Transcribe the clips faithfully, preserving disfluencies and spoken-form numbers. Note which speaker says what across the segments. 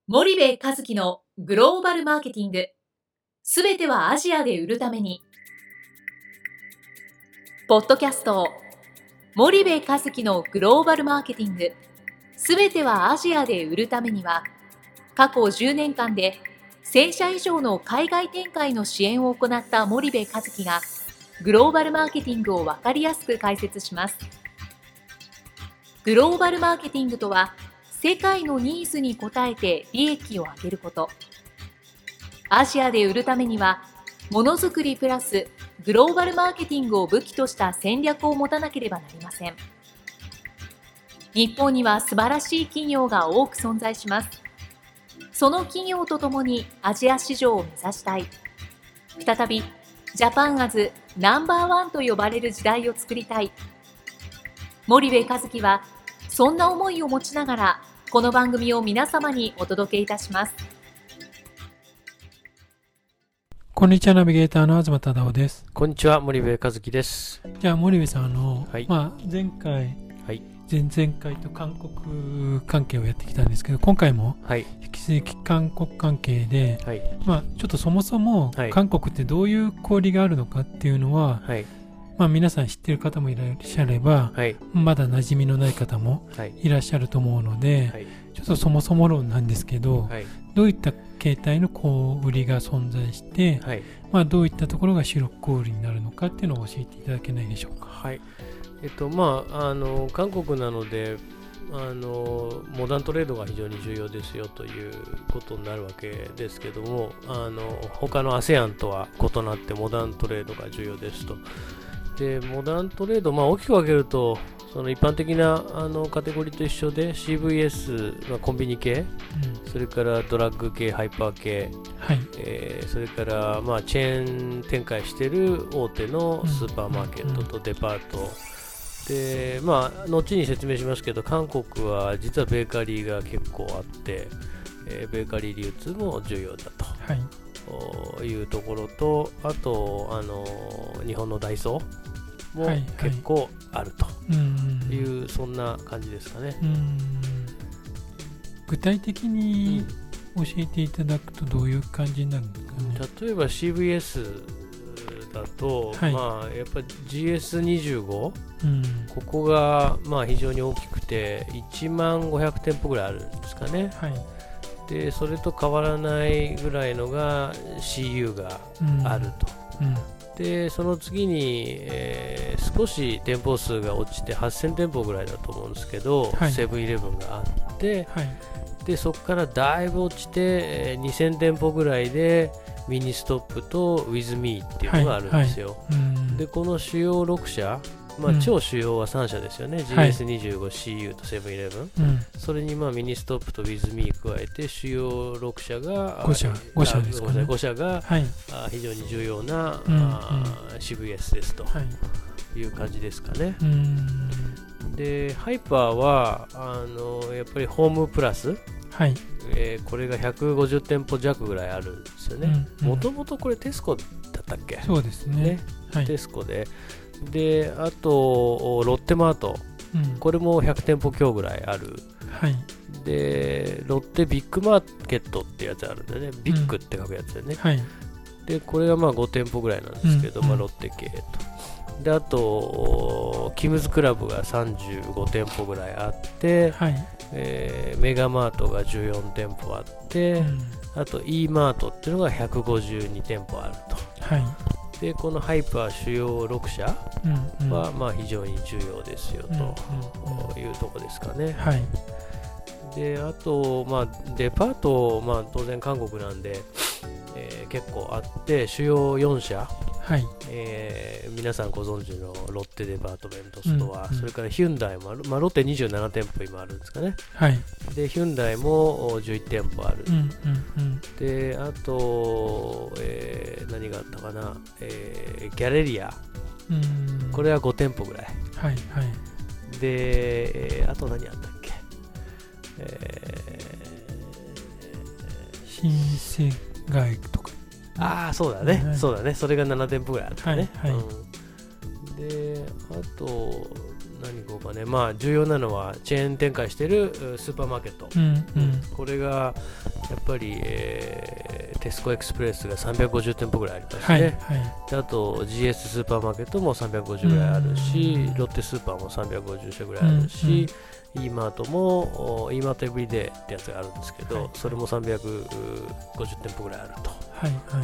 Speaker 1: 森部一樹のグローバルマーケティング、すべてはアジアで売るために。ポッドキャスト森部一樹のグローバルマーケティング、すべてはアジアで売るためには、過去じゅうねんかんでせんしゃ以上の海外展開の支援を行った森部一樹がグローバルマーケティングを分かりやすく解説します。グローバルマーケティングとは、世界のニーズに応えて利益を上げること。アジアで売るためには、ものづくりプラスグローバルマーケティングを武器とした戦略を持たなければなりません。日本には素晴らしい企業が多く存在します。その企業とともにアジア市場を目指したい。再びジャパンアズナンバーワンと呼ばれる時代を作りたい。森部一樹はそんな思いを持ちながら、この番組を皆様にお届けいたします。
Speaker 2: こんにちは、ナビゲーターの東忠夫です。
Speaker 3: こんにちは、森部一樹です。
Speaker 2: じゃあ森部さん、あの、
Speaker 3: はい、
Speaker 2: まあ、前回、
Speaker 3: はい、
Speaker 2: 前々回と韓国関係をやってきたんですけど、今回も引き続き韓国関係で、はい、まあ、ちょっとそもそも韓国ってどういう交流があるのかっていうのは、はい、まあ、皆さん知っている方もいらっしゃれば、はい、まだ馴染みのない方もいらっしゃると思うので、はい、ちょっとそもそも論なんですけど、はい、どういった形態の小売りが存在して、はい、まあ、どういったところが主力小売りになるのかっていうのを教えていただけないでしょうか。
Speaker 3: はい、えっとまあ、あの韓国なのであのモダントレードが非常に重要ですよということになるわけですけども、あの他の アセアン とは異なってモダントレードが重要ですと。でモダントレード、まあ、大きく分けるとその一般的なあのカテゴリーと一緒で シーブイエス、まあ、コンビニ系、うん、それからドラッグ系、ハイパー系、はい、えー、それから、まあ、チェーン展開している大手のスーパーマーケットとデパート、うんうんうん、でまあ、後に説明しますけど、韓国は実はベーカリーが結構あって、えー、ベーカリー流通も重要だと、はい、いうところと、あとあの日本のダイソーも結構あるという、はいはい、そんな感じですかね。うん、
Speaker 2: 具体的に教えていただくとどういう感じになるんですかね。
Speaker 3: 例えば シーブイエス だと、はい、まあ、やっぱり ジーエスにじゅうご、うん、ここがまあ非常に大きくていちまんごひゃくてんぽぐらいあるんですかね。はい、でそれと変わらないぐらいのが シーユー があると。うんうん、でその次に、えー、少し店舗数が落ちてはっせんてんぽぐらいだと思うんですけど、はい、セブンイレブンがあって、はい、でそこからだいぶ落ちて、えー、にせんてんぽぐらいでミニストップと ウィズミー っていうのがあるんですよ。はいはい、でこの主要ろくしゃ、まあ、超主要はさんしゃですよね。うん、ジーエスにじゅうご、シーユー とセブンイレブン、うん、それにまあミニストップと ウィズミー 加えて主要ろくしゃが
Speaker 2: ごしゃ、ごしゃですかね。
Speaker 3: ごしゃが、はい、あ非常に重要な、うん、あ シーブイエス ですという感じですかね。うん、でハイパーはあのやっぱりホームプラス、はい、えー、これがひゃくごじゅってんぽ弱ぐらいあるんですよね。もともとこれテスコだったっけ。
Speaker 2: そうですね。ね、
Speaker 3: はい、テスコでであとロッテマート、うん、これもひゃくてんぽ強ぐらいある。はい、でロッテビッグマーケットってやつあるんだよね。ビッグって書くやつだよね。うん、はい、でこれがまあごてんぽぐらいなんですけど、うん、まあ、ロッテ系と。であとキムズクラブがさんじゅうごてんぽぐらいあって、はい、えー、メガマートがじゅうよんてんぽあって、うん、あと E マートっていうのがひゃくごじゅうにてんぽあると。はい、でこのハイパー主要ろくしゃは、うんうん、まあ、非常に重要ですよというところですかね。はい、であと、まあ、デパート、まあ、当然韓国なんで、えー、結構あって主要よんしゃ、はい、えー、皆さんご存知のロッテデパートメントストア、うんうん、それからヒュンダイもある、まあ、ロッテにじゅうななてんぽ今あるんですかね。はい、でヒュンダイもじゅういってんぽある。うんうんうん、であと、えー、何があったかな、えー、ギャレリア、うん、これはごてんぽぐらい。はいはい、で、えー、あと何あったっけ、え
Speaker 2: ー、新世界とか。
Speaker 3: ああそうだね、はい、そうだね、それがななてんぽぐらいあったね。はいはい、うん、であと何こうかね、まあ重要なのはチェーン展開しているスーパーマーケット、うんうん、これがやっぱり、えー、テスコエクスプレスがさんびゃくごじゅうてんぽぐらいありますね、はいはい、であと ジーエス スーパーマーケットもさんびゃくごじゅうぐらいあるし、うん、ロッテスーパーもさんびゃくごじゅうしゃぐらいあるし、うんうん、E マートも E マートエブリデイってやつがあるんですけど、はい、それもさんびゃくごじゅってんぽぐらいあると、はいはい、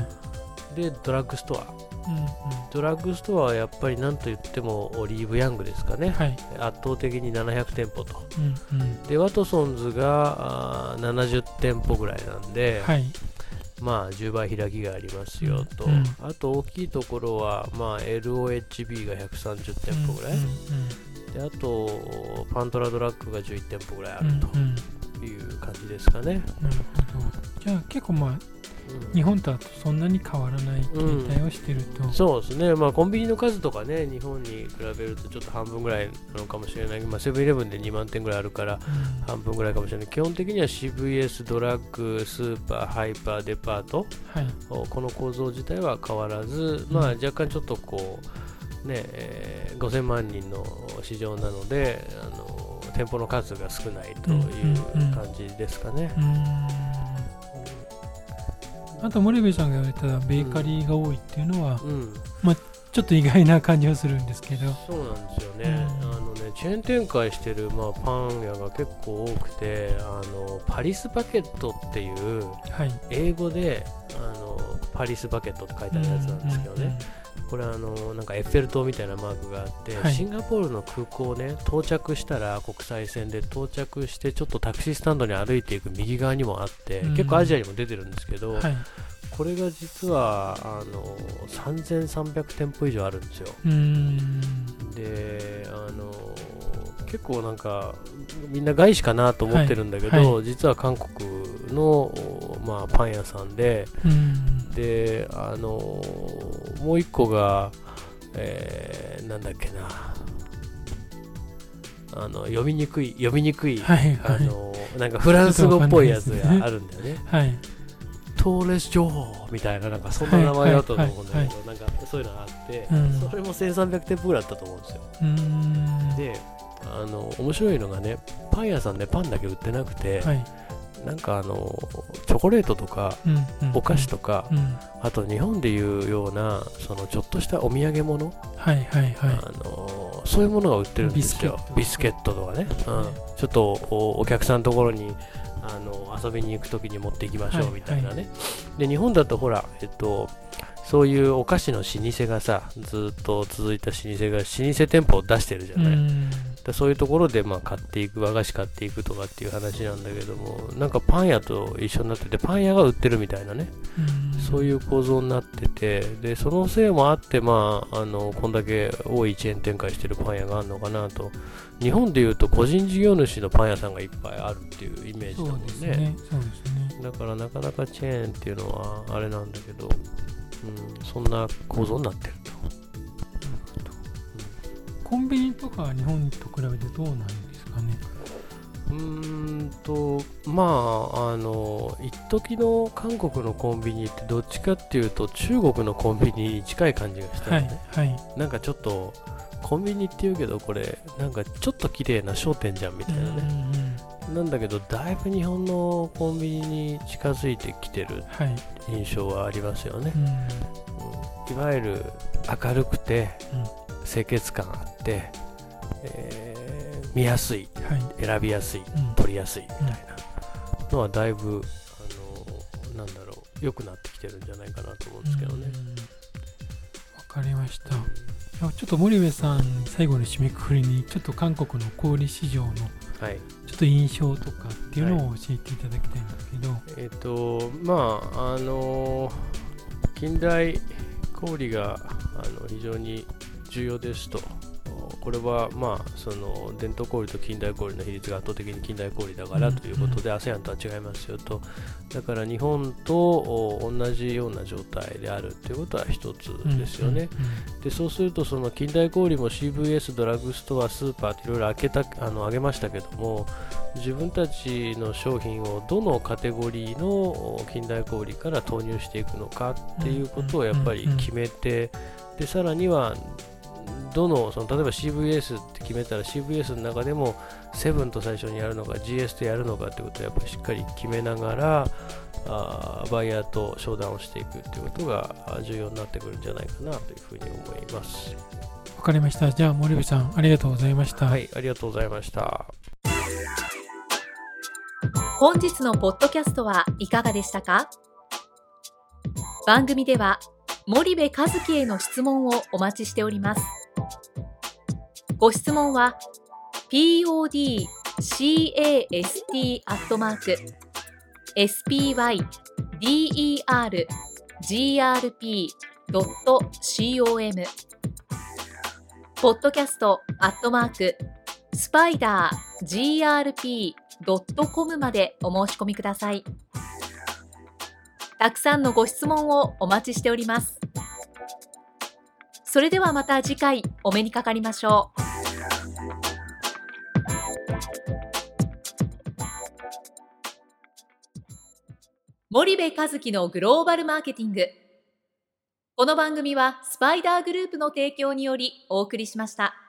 Speaker 3: でドラッグストア、うんうん、ドラッグストアはやっぱり何と言ってもオリーブヤングですかね、はい、圧倒的にななひゃくてんぽと、うんうん、でワトソンズがななじゅってんぽぐらいなんで、はい、まあじゅうばい開きがありますよと、うんうん、あと大きいところは、まあ、エルオーエイチビー がひゃくさんじゅってんぽぐらい、うんうんうん、であとパントラドラッグがじゅういってんぽぐらいあるという感じですかね、
Speaker 2: うんうん、なるほど。じゃあ結構まあうん、日本とはそんなに変わらない形態をしていると、
Speaker 3: うん、そうですね、まあ、コンビニの数とかね日本に比べるとちょっと半分ぐらいなのかもしれないけど、まあ、セブンイレブンでにまんてんぐらいあるから半分ぐらいかもしれない、うん、基本的には シーブイエス ドラッグスーパーハイパーデパート、はい、この構造自体は変わらず、まあ、若干ちょっとこう、ねえー、ごせんまんにんの市場なのであの店舗の数が少ないという感じですかね、うんうんうん。
Speaker 2: あと森部さんが言われたベーカリーが多いっていうのは、うん、まあ、ちょっと意外な感じはするんですけど、
Speaker 3: そうなんですよね、うん、あのねチェーン展開してる、まあ、パン屋が結構多くてあのパリスバケットっていう、はい、英語であのパリスバケットって書いてあるやつなんですけどね、うんうんうん、これあのなんかエッフェル塔みたいなマークがあって、はい、シンガポールの空港ね到着したら国際線で到着してちょっとタクシースタンドに歩いていく右側にもあって、うん、結構アジアにも出てるんですけど、はい、これが実はあのさんぜんさんびゃくてんぽ以上あるんですよ。うーんであの結構なんかみんな外資かなと思ってるんだけど、はいはい、実は韓国の、まあ、パン屋さんで、うんであのもう一個が、えー、なんだっけなあの読みにくい読みにくい、はいはい、あのなんかフランス語っぽいやつがあるんだよね。はい、トーレス女王みたいななんかそんな名前だったと思うんだけど、はいはいはい、なんかそういうのがあって、うん、それもせんさんびゃくてんぽぐらいあったと思うんですよ。うんであの面白いのがねパン屋さんでパンだけ売ってなくて、はい、なんかあのチョコレートとか、うんうん、お菓子とか、うん、あと日本でいうようなそのちょっとしたお土産物、はいはいはい、あのそういうものが売ってるんですよ。ビスケットとかね、うん、ちょっと お, お客さんのところにあの遊びに行くときに持っていきましょうみたいなね、はいはい、で日本だとほらえっとそういうお菓子の老舗がさずっと続いた老舗が老舗店舗を出してるじゃない。でそういうところでまあ買っていく和菓子買っていくとかっていう話なんだけども、なんかパン屋と一緒になっててパン屋が売ってるみたいなね、そういう構造になってて、でそのせいもあってまああのこんだけ多いチェーン展開してるパン屋があるのかなと。日本でいうと個人事業主のパン屋さんがいっぱいあるっていうイメージだもんね。そうですね。そうですね。だからなかなかチェーンっていうのはあれなんだけど、うん、そんな構造になってると。
Speaker 2: コンビニとかは日本と比べてどうなんですかね。
Speaker 3: うーんとまああの一時の韓国のコンビニってどっちかっていうと中国のコンビニに近い感じがしたよね、はいはい、なんかちょっとコンビニっていうけどこれなんかちょっと綺麗な商店じゃんみたいなね、うんうん、なんだけどだいぶ日本のコンビニに近づいてきてる印象はありますよね、はいうん、いわゆる明るくて、うん清潔感あって、えー、見やすい、はい、選びやすい、うん、取りやすいみたいなのはだいぶ、あのなんだろう良くなってきてるんじゃないかなと思うんですけどね。
Speaker 2: わかりました。ちょっと森部さん最後の締めくくりにちょっと韓国の小売市場のちょっと印象とかっていうのを教えていただきたいんですけど、はい、
Speaker 3: えっ、ー、とまああの近代小売があの非常に重要ですと。これはまあその伝統小売と近代小売の比率が圧倒的に近代小売だからということで アセアン とは違いますよと。だから日本と同じような状態であるということは一つですよね。でそうするとその近代小売も シーブイエス ドラッグストアスーパーっていろいろ開けたあの上げましたけども、自分たちの商品をどのカテゴリーの近代小売から投入していくのかっていうことをやっぱり決めて、でさらにはどの、その例えば シーブイエス って決めたら シーブイエス の中でもセブンと最初にやるのか ジーエス とやるのかってことをやっぱりしっかり決めながら、あバイヤーと商談をしていくっていうことが重要になってくるんじゃないかなというふうに思います。
Speaker 2: わかりました。じゃあ森部さんありがとうございました。
Speaker 3: はい、ありがとうございました。
Speaker 1: 本日のポッドキャストはいかがでしたか？番組では森部一樹への質問をお待ちしております。ご質問は podcast アットマーク スピーワイディーイーアールジーアールピードットコム ポッドキャストアットマークスパイダー ジーアールピードットコム までお申し込みください。たくさんのご質問をお待ちしております。それではまた次回お目にかかりましょう。森部一樹のグローバルマーケティング。この番組はスパイダーグループの提供によりお送りしました。